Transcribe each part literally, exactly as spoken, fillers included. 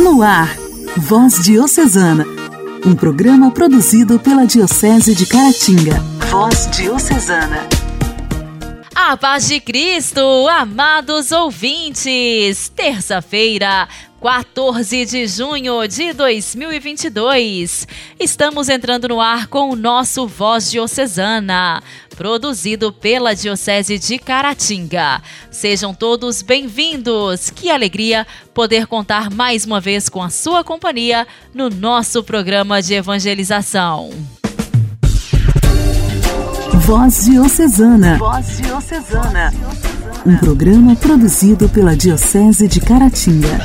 No ar, Voz Diocesana, um programa produzido pela Diocese de Caratinga. Voz Diocesana. A paz de Cristo, amados ouvintes! Terça-feira, quatorze de junho de dois mil e vinte e dois. Estamos entrando no ar com o nosso Voz Diocesana, produzido pela Diocese de Caratinga. Sejam todos bem-vindos! Que alegria poder contar mais uma vez com a sua companhia no nosso programa de evangelização. Voz Diocesana. Voz Diocesana. Um programa produzido pela Diocese de Caratinga.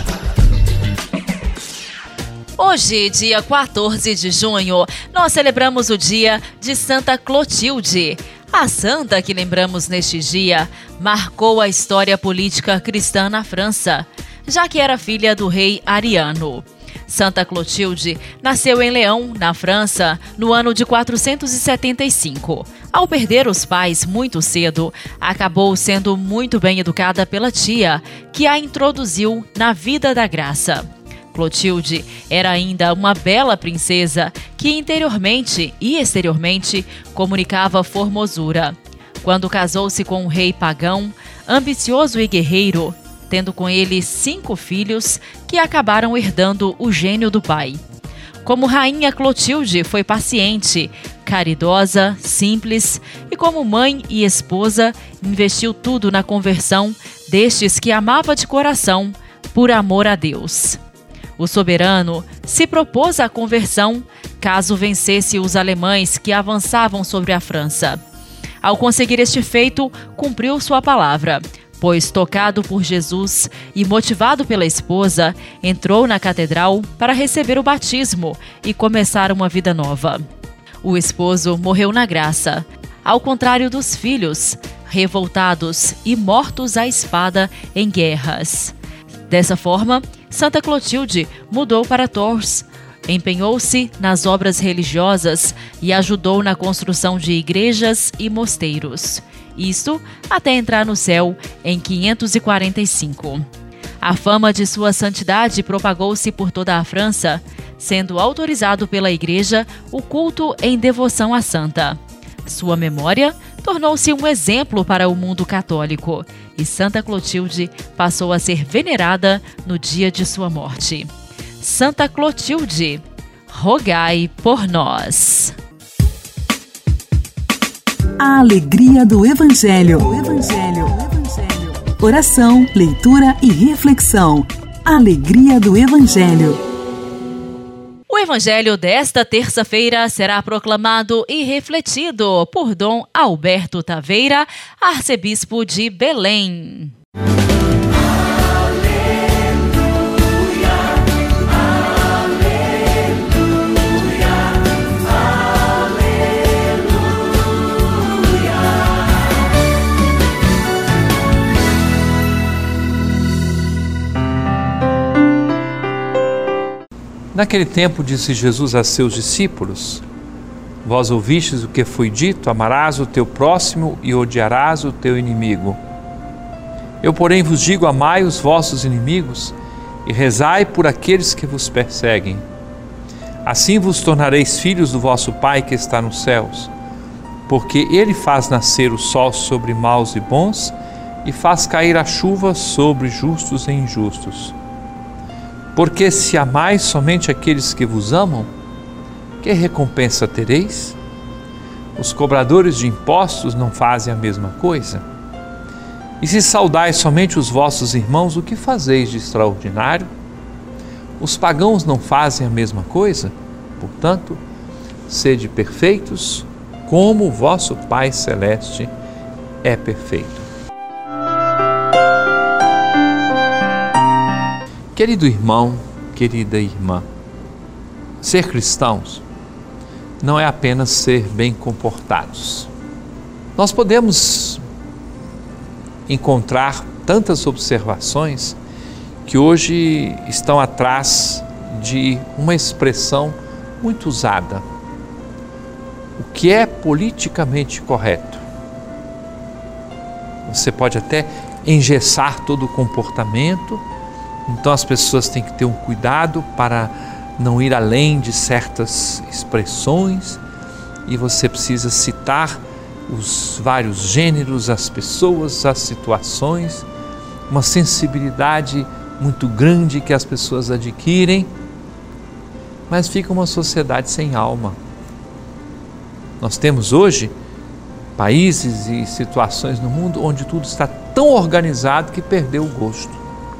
Hoje, dia quatorze de junho, nós celebramos o dia de Santa Clotilde. A santa que lembramos neste dia marcou a história política cristã na França, já que era filha do rei Ariano. Santa Clotilde nasceu em Leão, na França, no ano de quatrocentos e setenta e cinco. Ao perder os pais muito cedo, acabou sendo muito bem educada pela tia, que a introduziu na vida da graça. Clotilde era ainda uma bela princesa que interiormente e exteriormente comunicava formosura. Quando casou-se com um rei pagão, ambicioso e guerreiro, tendo com ele cinco filhos que acabaram herdando o gênio do pai. Como rainha, Clotilde foi paciente, caridosa, simples e, como mãe e esposa, investiu tudo na conversão destes que amava de coração, por amor a Deus. O soberano se propôs à conversão caso vencesse os alemães que avançavam sobre a França. Ao conseguir este feito, cumpriu sua palavra, pois, tocado por Jesus e motivado pela esposa, entrou na catedral para receber o batismo e começar uma vida nova. O esposo morreu na graça, ao contrário dos filhos, revoltados e mortos à espada em guerras. Dessa forma, Santa Clotilde mudou para Tours, empenhou-se nas obras religiosas e ajudou na construção de igrejas e mosteiros. Isto até entrar no céu em quinhentos e quarenta e cinco. A fama de sua santidade propagou-se por toda a França, sendo autorizado pela Igreja o culto em devoção à santa. Sua memória tornou-se um exemplo para o mundo católico e Santa Clotilde passou a ser venerada no dia de sua morte. Santa Clotilde, rogai por nós. A alegria do Evangelho. O Evangelho. O Evangelho. Oração, leitura e reflexão. Alegria do Evangelho. O Evangelho desta terça-feira será proclamado e refletido por Dom Alberto Taveira, arcebispo de Belém. Naquele tempo disse Jesus a seus discípulos: Vós ouvistes o que foi dito, amarás o teu próximo e odiarás o teu inimigo. Eu, porém, vos digo, amai os vossos inimigos e rezai por aqueles que vos perseguem. Assim vos tornareis filhos do vosso Pai que está nos céus, porque Ele faz nascer o sol sobre maus e bons e faz cair a chuva sobre justos e injustos. Porque se amais somente aqueles que vos amam, que recompensa tereis? Os cobradores de impostos não fazem a mesma coisa? E se saudais somente os vossos irmãos, o que fazeis de extraordinário? Os pagãos não fazem a mesma coisa? Portanto, sede perfeitos, como o vosso Pai Celeste é perfeito. Querido irmão, querida irmã, ser cristãos não é apenas ser bem comportados. Nós podemos encontrar tantas observações que hoje estão atrás de uma expressão muito usada. O que é politicamente correto? Você pode até engessar todo o comportamento Então as pessoas têm que ter um cuidado para não ir além de certas expressões, e você precisa citar os vários gêneros, as pessoas, as situações, uma sensibilidade muito grande que as pessoas adquirem, mas fica uma sociedade sem alma. Nós temos hoje países e situações no mundo onde tudo está tão organizado que perdeu o gosto.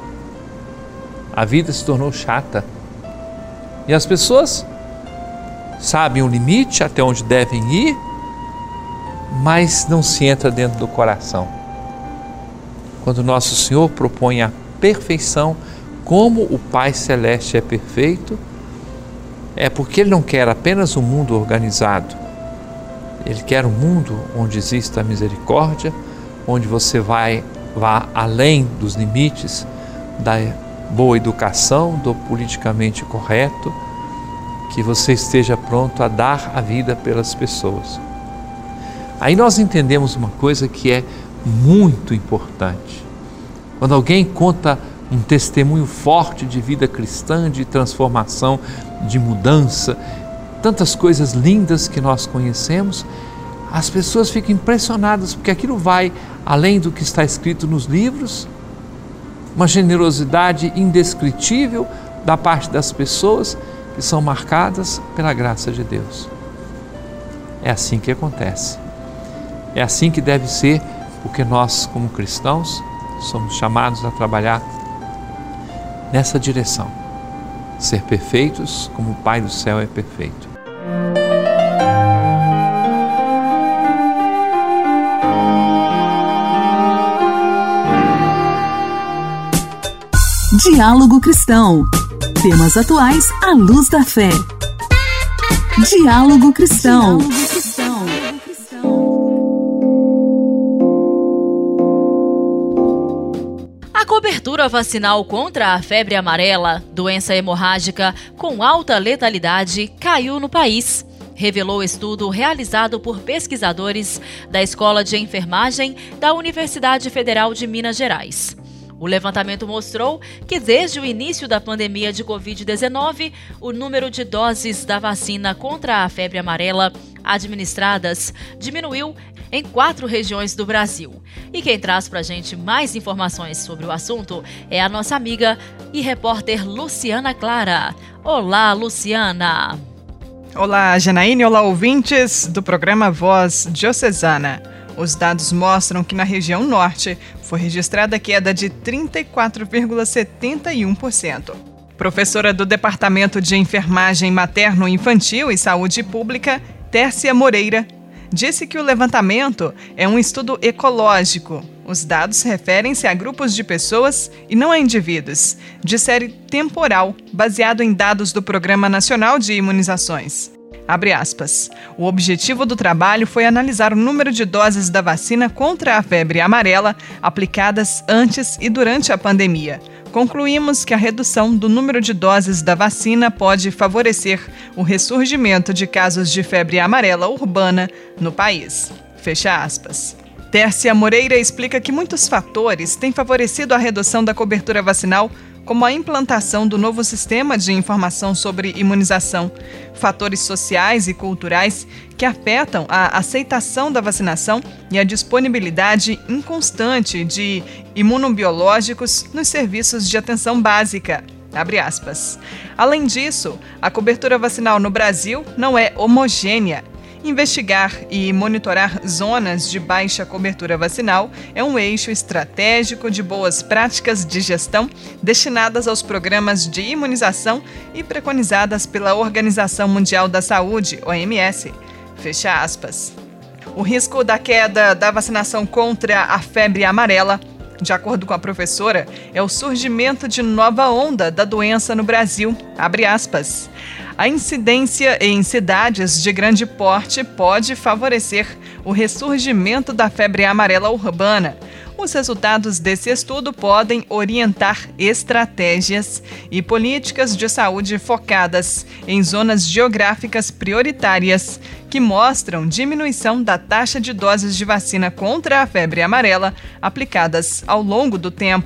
A vida se tornou chata e as pessoas sabem o limite até onde devem ir, mas não se entra dentro do coração. Quando Nosso Senhor propõe a perfeição, como o Pai Celeste é perfeito, é porque Ele não quer apenas um mundo organizado. Ele quer um mundo onde exista a misericórdia, onde você vai, vá além dos limites da boa educação, do politicamente correto, que você esteja pronto a dar a vida pelas pessoas. Aí nós entendemos uma coisa que é muito importante. Quando alguém conta um testemunho forte de vida cristã, de transformação, de mudança, tantas coisas lindas que nós conhecemos, as pessoas ficam impressionadas, porque aquilo vai além do que está escrito nos livros, uma generosidade indescritível da parte das pessoas que são marcadas pela graça de Deus. É assim que acontece. É assim que deve ser, porque nós, como cristãos, somos chamados a trabalhar nessa direção. Ser perfeitos como o Pai do céu é perfeito. Diálogo Cristão. Temas atuais à luz da fé. Diálogo Cristão. A cobertura vacinal contra a febre amarela, doença hemorrágica com alta letalidade, caiu no país, revelou estudo realizado por pesquisadores da Escola de Enfermagem da Universidade Federal de Minas Gerais. O levantamento mostrou que desde o início da pandemia de covid dezenove, o número de doses da vacina contra a febre amarela administradas diminuiu em quatro regiões do Brasil. E quem traz para a gente mais informações sobre o assunto é a nossa amiga e repórter Luciana Clara. Olá, Luciana! Olá, Janaíne, olá, ouvintes do programa Voz Diocesana. Os dados mostram que na região norte foi registrada queda de trinta e quatro vírgula setenta e um por cento. Professora do Departamento de Enfermagem Materno-Infantil e Saúde Pública, Tércia Moreira, disse que o levantamento é um estudo ecológico. Os dados referem-se a grupos de pessoas e não a indivíduos, de série temporal, baseado em dados do Programa Nacional de Imunizações. Abre aspas. O objetivo do trabalho foi analisar o número de doses da vacina contra a febre amarela aplicadas antes e durante a pandemia. Concluímos que a redução do número de doses da vacina pode favorecer o ressurgimento de casos de febre amarela urbana no país. Fecha aspas. Tércia Moreira explica que muitos fatores têm favorecido a redução da cobertura vacinal, como a implantação do novo sistema de informação sobre imunização, fatores sociais e culturais que afetam a aceitação da vacinação e a disponibilidade inconstante de imunobiológicos nos serviços de atenção básica. Abre aspas. Além disso, a cobertura vacinal no Brasil não é homogênea. Investigar e monitorar zonas de baixa cobertura vacinal é um eixo estratégico de boas práticas de gestão destinadas aos programas de imunização e preconizadas pela Organização Mundial da Saúde, O M S. Fecha aspas. O risco da queda da vacinação contra a febre amarela, de acordo com a professora, é o surgimento de nova onda da doença no Brasil. Abre aspas. A incidência em cidades de grande porte pode favorecer o ressurgimento da febre amarela urbana. Os resultados desse estudo podem orientar estratégias e políticas de saúde focadas em zonas geográficas prioritárias que mostram diminuição da taxa de doses de vacina contra a febre amarela aplicadas ao longo do tempo.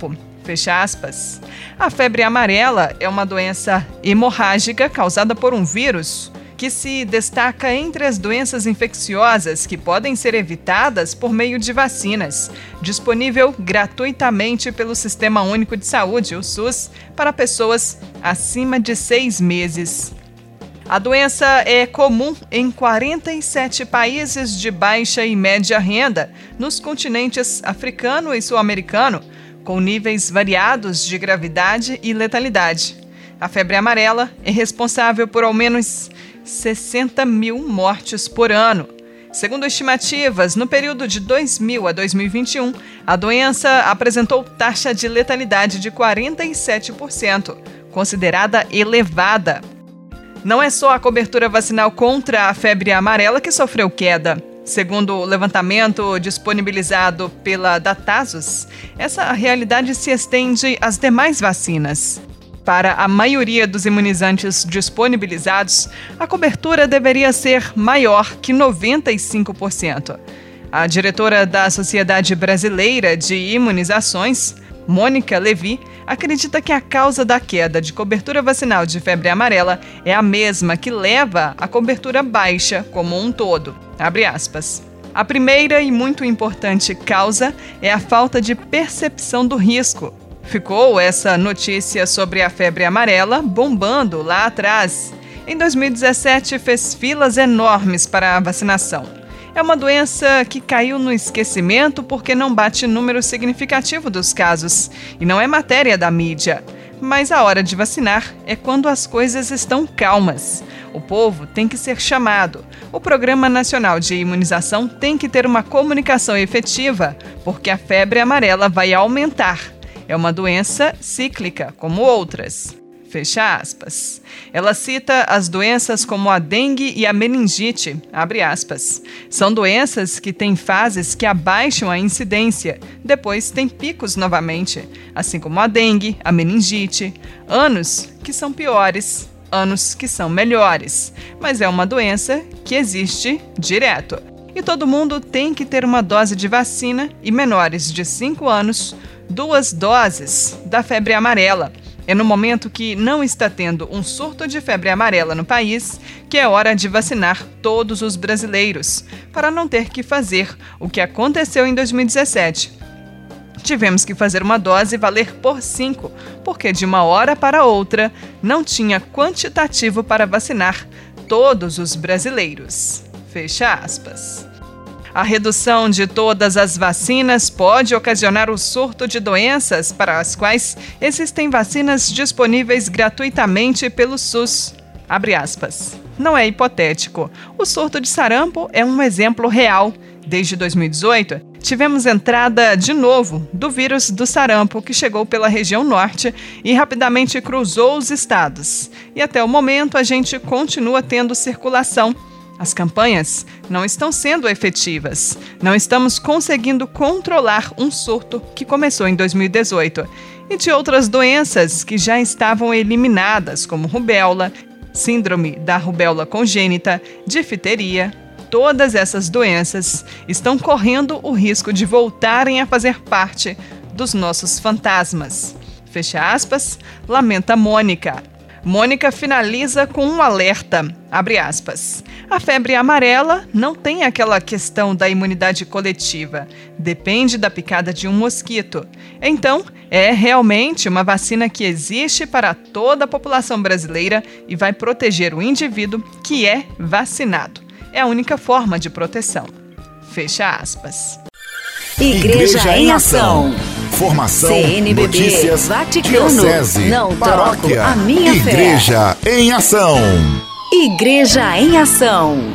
Fecha aspas. A febre amarela é uma doença hemorrágica causada por um vírus que se destaca entre as doenças infecciosas que podem ser evitadas por meio de vacinas, disponível gratuitamente pelo Sistema Único de Saúde, o SUS, para pessoas acima de seis meses. A doença é comum em quarenta e sete países de baixa e média renda, nos continentes africano e sul-americano, com níveis variados de gravidade e letalidade. A febre amarela é responsável por ao menos sessenta mil mortes por ano. Segundo estimativas, no período de dois mil a dois mil e vinte e um, a doença apresentou taxa de letalidade de quarenta e sete por cento, considerada elevada. Não é só a cobertura vacinal contra a febre amarela que sofreu queda. Segundo o levantamento disponibilizado pela Datasus, essa realidade se estende às demais vacinas. Para a maioria dos imunizantes disponibilizados, a cobertura deveria ser maior que noventa e cinco por cento. A diretora da Sociedade Brasileira de Imunizações, Mônica Levi, acredita que a causa da queda de cobertura vacinal de febre amarela é a mesma que leva à cobertura baixa como um todo. Abre aspas. A primeira e muito importante causa é a falta de percepção do risco. Ficou essa notícia sobre a febre amarela bombando lá atrás. Em dois mil e dezessete, fez filas enormes para a vacinação. É uma doença que caiu no esquecimento porque não bate número significativo dos casos e não é matéria da mídia. Mas a hora de vacinar é quando as coisas estão calmas. O povo tem que ser chamado. O Programa Nacional de Imunização tem que ter uma comunicação efetiva, porque a febre amarela vai aumentar. É uma doença cíclica, como outras. Fecha aspas. Ela cita as doenças como a dengue e a meningite, abre aspas. São doenças que têm fases que abaixam a incidência, depois tem picos novamente, assim como a dengue, a meningite, anos que são piores, anos que são melhores. Mas é uma doença que existe direto. E todo mundo tem que ter uma dose de vacina e menores de cinco anos, duas doses da febre amarela. É no momento que não está tendo um surto de febre amarela no país que é hora de vacinar todos os brasileiros, para não ter que fazer o que aconteceu em dois mil e dezessete. Tivemos que fazer uma dose valer por cinco, porque de uma hora para outra não tinha quantitativo para vacinar todos os brasileiros. Fecha aspas. A redução de todas as vacinas pode ocasionar o surto de doenças para as quais existem vacinas disponíveis gratuitamente pelo SUS. Abre aspas. Não é hipotético. O surto de sarampo é um exemplo real. Desde dois mil e dezoito, tivemos entrada de novo do vírus do sarampo, que chegou pela região norte e rapidamente cruzou os estados. E até o momento a gente continua tendo circulação. As campanhas não estão sendo efetivas. Não estamos conseguindo controlar um surto que começou em dois mil e dezoito e de outras doenças que já estavam eliminadas, como rubéola, síndrome da rubéola congênita, difteria. Todas essas doenças estão correndo o risco de voltarem a fazer parte dos nossos fantasmas. Fecha aspas, lamenta Mônica. Mônica finaliza com um alerta, abre aspas. A febre amarela não tem aquela questão da imunidade coletiva, depende da picada de um mosquito. Então, é realmente uma vacina que existe para toda a população brasileira e vai proteger o indivíduo que é vacinado. É a única forma de proteção. Fecha aspas. Igreja, Igreja em Ação. Formação, C N B B, notícias, Vaticano, diocese, não paróquia, troco a minha Igreja fé. em Ação. Igreja em Ação.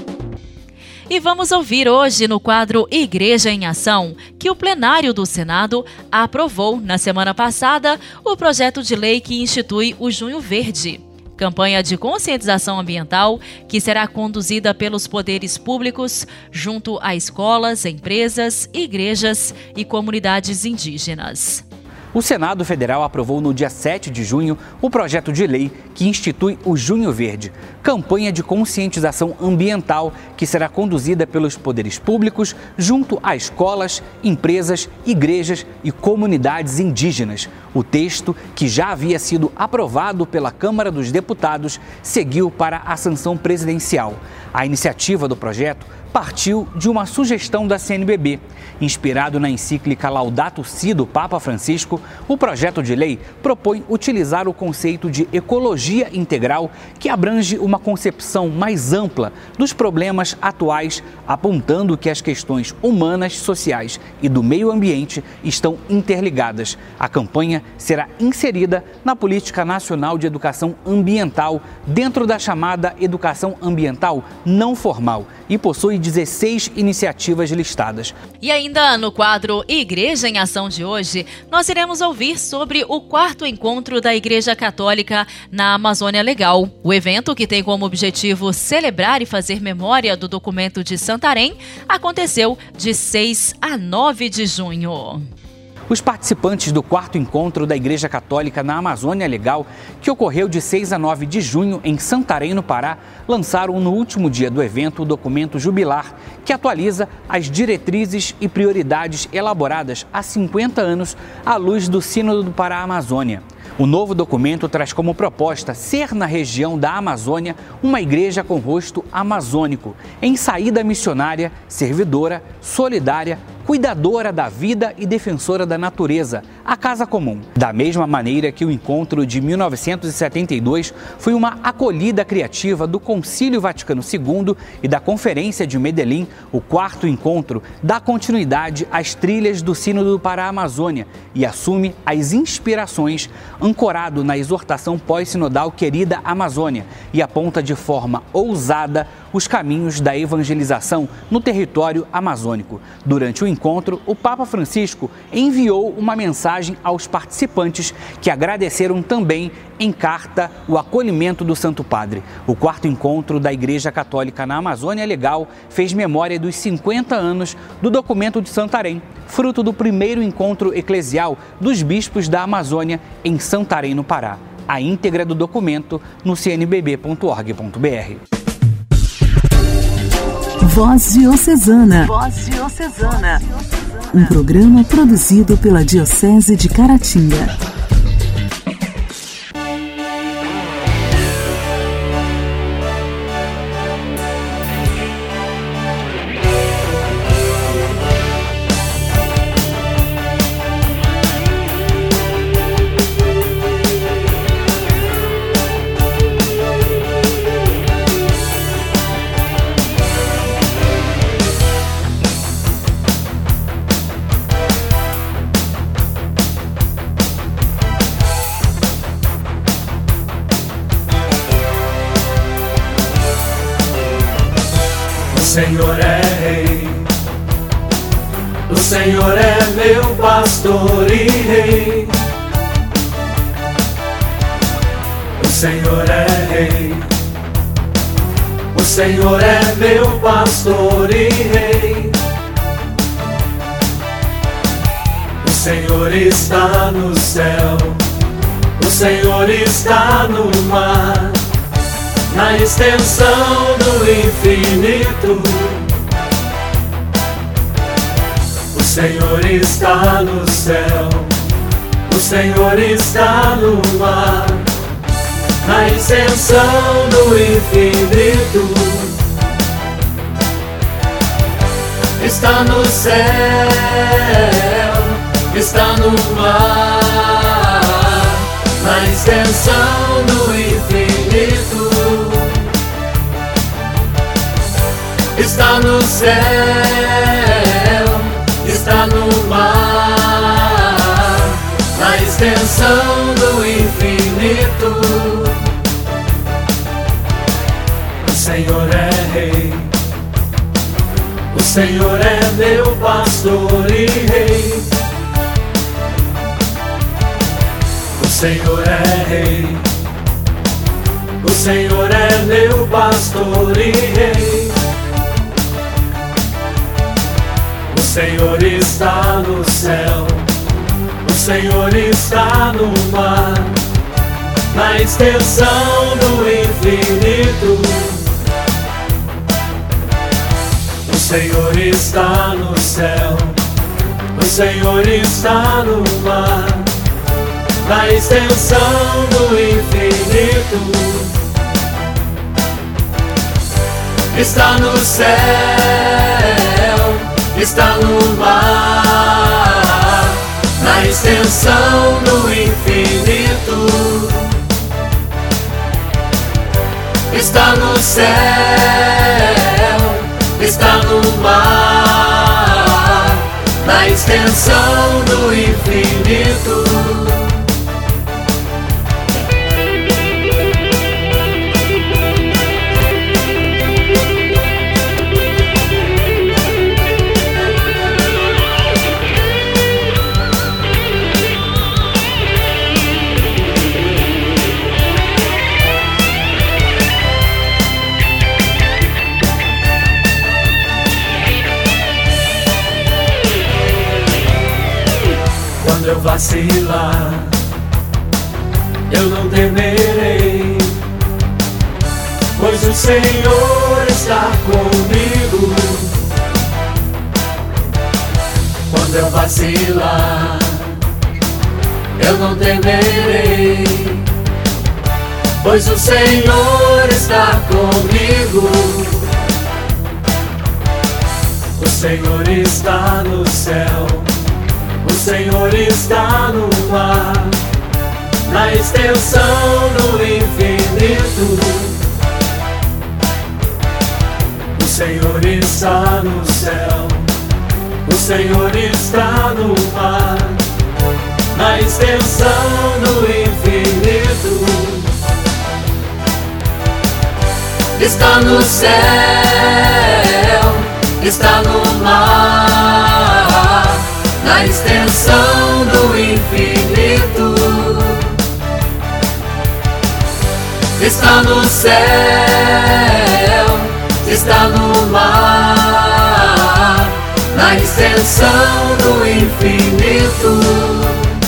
E vamos ouvir hoje no quadro Igreja em Ação que o plenário do Senado aprovou na semana passada o projeto de lei que institui o Junho Verde, campanha de conscientização ambiental que será conduzida pelos poderes públicos junto a escolas, empresas, igrejas e comunidades indígenas. O Senado Federal aprovou no dia sete de junho o projeto de lei que institui o Junho Verde, campanha de conscientização ambiental que será conduzida pelos poderes públicos junto a escolas, empresas, igrejas e comunidades indígenas. O texto, que já havia sido aprovado pela Câmara dos Deputados, seguiu para a sanção presidencial. A iniciativa do projeto partiu de uma sugestão da C N B B. Inspirado na encíclica Laudato Si do Papa Francisco, o projeto de lei propõe utilizar o conceito de ecologia integral, que abrange uma concepção mais ampla dos problemas atuais, apontando que as questões humanas, sociais e do meio ambiente estão interligadas. A campanha será inserida na Política Nacional de Educação Ambiental, dentro da chamada Educação Ambiental Não Formal, e possui dezesseis iniciativas listadas. E ainda no quadro Igreja em Ação de hoje, nós iremos ouvir sobre o quarto encontro da Igreja Católica na Amazônia Legal. O evento, que tem como objetivo celebrar e fazer memória do documento de Santarém, aconteceu de seis a nove de junho. Os participantes do quarto encontro da Igreja Católica na Amazônia Legal, que ocorreu de seis a nove de junho em Santarém, no Pará, lançaram no último dia do evento o documento jubilar, que atualiza as diretrizes e prioridades elaboradas há cinquenta anos à luz do Sínodo do Pará-Amazônia. O novo documento traz como proposta ser na região da Amazônia uma igreja com rosto amazônico, em saída missionária, servidora, solidária, cuidadora da vida e defensora da natureza, a Casa Comum. Da mesma maneira que o encontro de mil novecentos e setenta e dois foi uma acolhida criativa do Concílio Vaticano segundo e da Conferência de Medellín, o quarto encontro dá continuidade às trilhas do Sínodo do Pará-Amazônia e assume as inspirações ancorado na exortação pós-sinodal Querida Amazônia e aponta de forma ousada os caminhos da evangelização no território amazônico. Durante o encontro, o Papa Francisco enviou uma mensagem aos participantes que agradeceram também em carta o acolhimento do Santo Padre. O quarto encontro da Igreja Católica na Amazônia Legal fez memória dos cinquenta anos do documento de Santarém, fruto do primeiro encontro eclesial dos bispos da Amazônia em Santarém, no Pará. A íntegra do documento no c n b b ponto org ponto b r. Voz Diocesana. Voz Diocesana. Um programa produzido pela Diocese de Caratinga. O Senhor é Rei, o Senhor é meu pastor e Rei. O Senhor é Rei, o Senhor é meu pastor e Rei. O Senhor está no céu, o Senhor está no mar, na extensão do infinito. O Senhor está no céu, o Senhor está no mar, na extensão do infinito. Está no céu, está no mar, na extensão do infinito. Está no céu, está no mar, na extensão do infinito. O Senhor é Rei, o Senhor é meu pastor e Rei. O Senhor é Rei, o Senhor é meu pastor e Rei. O Senhor está no céu, o Senhor está no mar, na extensão do infinito. O Senhor está no céu, o Senhor está no mar, na extensão do infinito. Está no céu, está no mar, na extensão do infinito. Está no céu, está no mar, na extensão do infinito. Quando eu vacilar, eu não temerei, pois o Senhor está comigo. Quando eu vacilar, eu não temerei, pois o Senhor está comigo. O Senhor está no céu, o Senhor está no mar, na extensão do infinito. O Senhor está no céu, o Senhor está no mar, na extensão do infinito. Está no céu, está no mar, na extensão do infinito. Está no céu, está no mar, na extensão do infinito.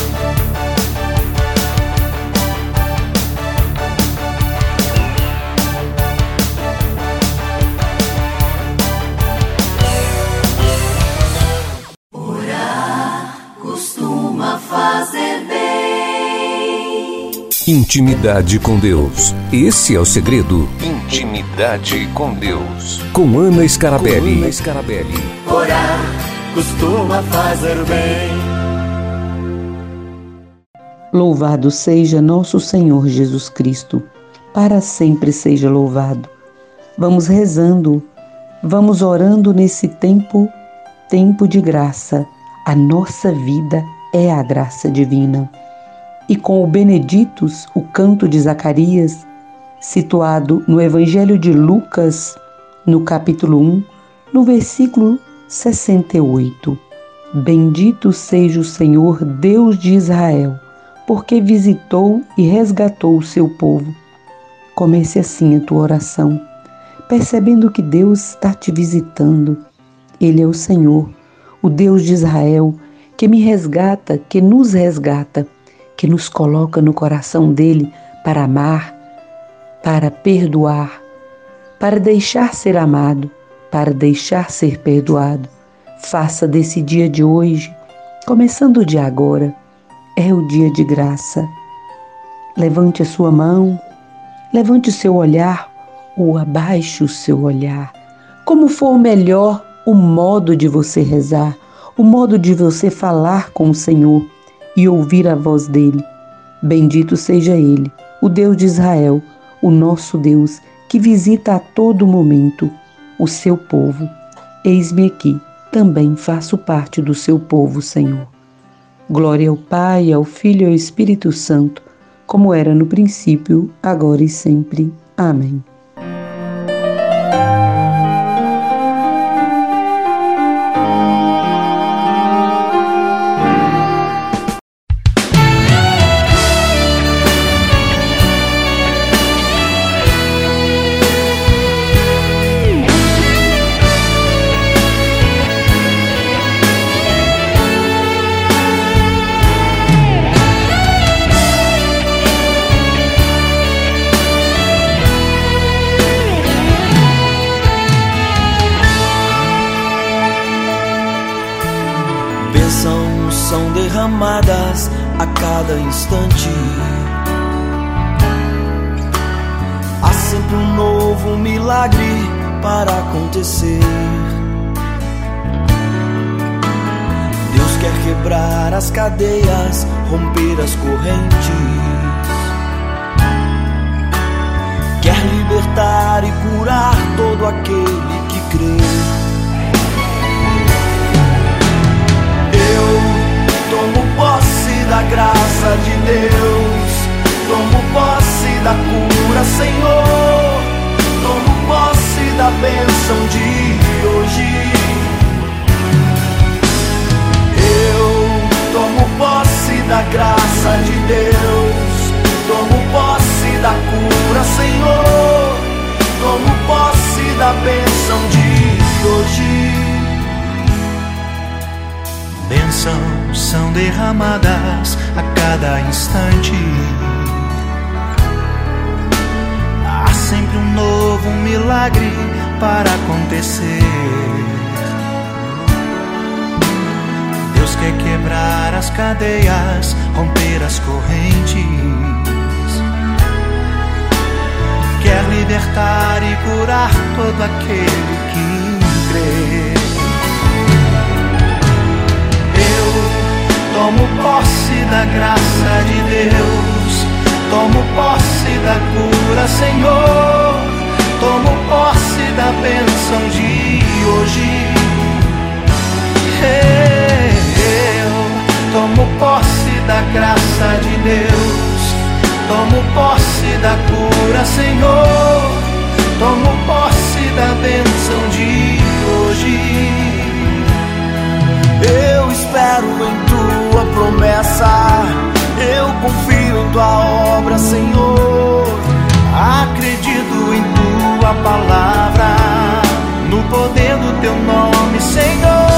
Intimidade com Deus. Esse é o segredo. Intimidade com Deus. Com Ana Scarabelli. Com Ana Scarabelli. Orar costuma fazer bem. Louvado seja nosso Senhor Jesus Cristo. Para sempre seja louvado. Vamos rezando, vamos orando nesse tempo, tempo de graça. A nossa vida é a graça divina. E com o Beneditos, o canto de Zacarias, situado no Evangelho de Lucas, no capítulo um, no versículo sessenta e oito. Bendito seja o Senhor, Deus de Israel, porque visitou e resgatou o seu povo. Comece assim a tua oração, percebendo que Deus está te visitando. Ele é o Senhor, o Deus de Israel, que me resgata, que nos resgata, que nos coloca no coração dele para amar, para perdoar, para deixar ser amado, para deixar ser perdoado. Faça desse dia de hoje, começando o dia agora, é o dia de graça. Levante a sua mão, levante o seu olhar ou abaixe o seu olhar. Como for melhor o modo de você rezar, o modo de você falar com o Senhor e ouvir a voz dele. Bendito seja ele, o Deus de Israel, o nosso Deus, que visita a todo momento o seu povo. Eis-me aqui, também faço parte do seu povo, Senhor. Glória ao Pai, ao Filho e ao Espírito Santo, como era no princípio, agora e sempre. Amém. a cada instante. Há sempre um novo milagre para acontecer. Deus quer quebrar as cadeias, romper as correntes. Quer libertar e curar todo aquele que crê. Eu tomo posse da graça de Deus, tomo posse da cura, Senhor, tomo posse da bênção de hoje. Eu tomo posse da graça de Deus, tomo posse da cura, Senhor, tomo posse da bênção de hoje. Bênçãos são derramadas a cada instante. Há sempre um novo milagre para acontecer. Deus quer quebrar as cadeias, romper as correntes. Quer libertar e curar todo aquele que crê. Tomo posse da graça de Deus, tomo posse da cura, Senhor, tomo posse da bênção de hoje. Eu tomo posse da graça de Deus, tomo posse da cura, Senhor, tomo posse da bênção de hoje. Eu espero em tua promessa, eu confio em tua obra, Senhor. Acredito em tua palavra, no poder do teu nome, Senhor.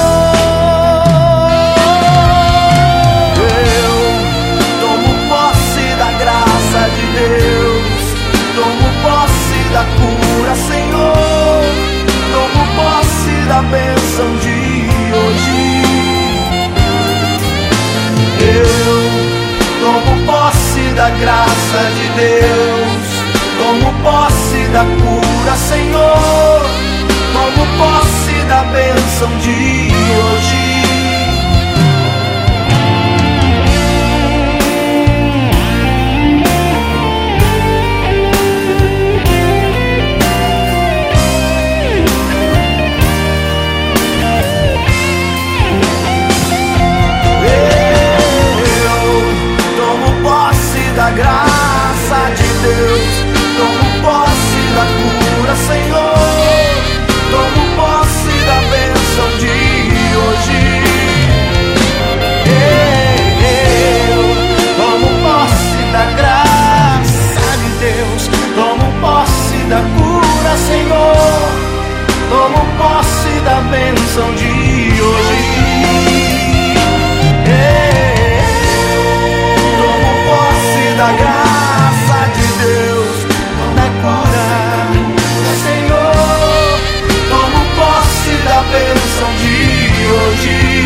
Eu tomo posse da graça de Deus, tomo posse da cura, Senhor, tomo posse da bênção de hoje. Eu tomo posse da graça de Deus, tomo posse da cura, Senhor, tomo posse da bênção de hoje. Da graça de Deus, tomo posse da cura, Senhor, tomo posse da bênção de hoje. Eu tomo posse da graça de Deus, tomo posse da cura, Senhor, tomo posse da bênção de hoje. Da graça de Deus, da cura, Senhor, tomo posse da bênção de hoje.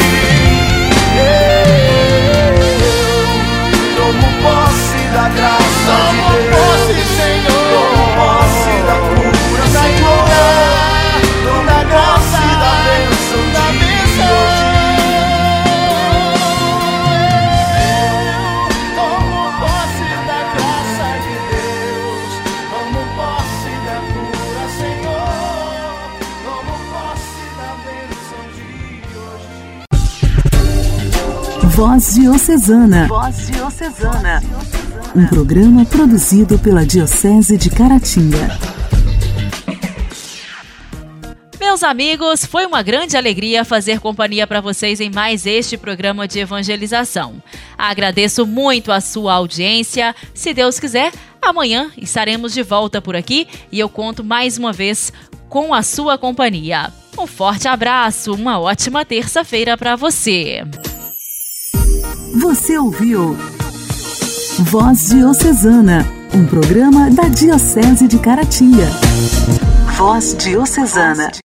Eu tomo posse da graça de Deus, tomo posse da cura, Senhor, da graça e da bênção de hoje. Voz Diocesana. Voz Diocesana. Um programa produzido pela Diocese de Caratinga. Meus amigos, foi uma grande alegria fazer companhia para vocês em mais este programa de evangelização. Agradeço muito a sua audiência. Se Deus quiser, amanhã estaremos de volta por aqui e eu conto mais uma vez com a sua companhia. Um forte abraço, uma ótima terça-feira para você. Você ouviu Voz Diocesana, um programa da Diocese de Caratinga. Voz Diocesana.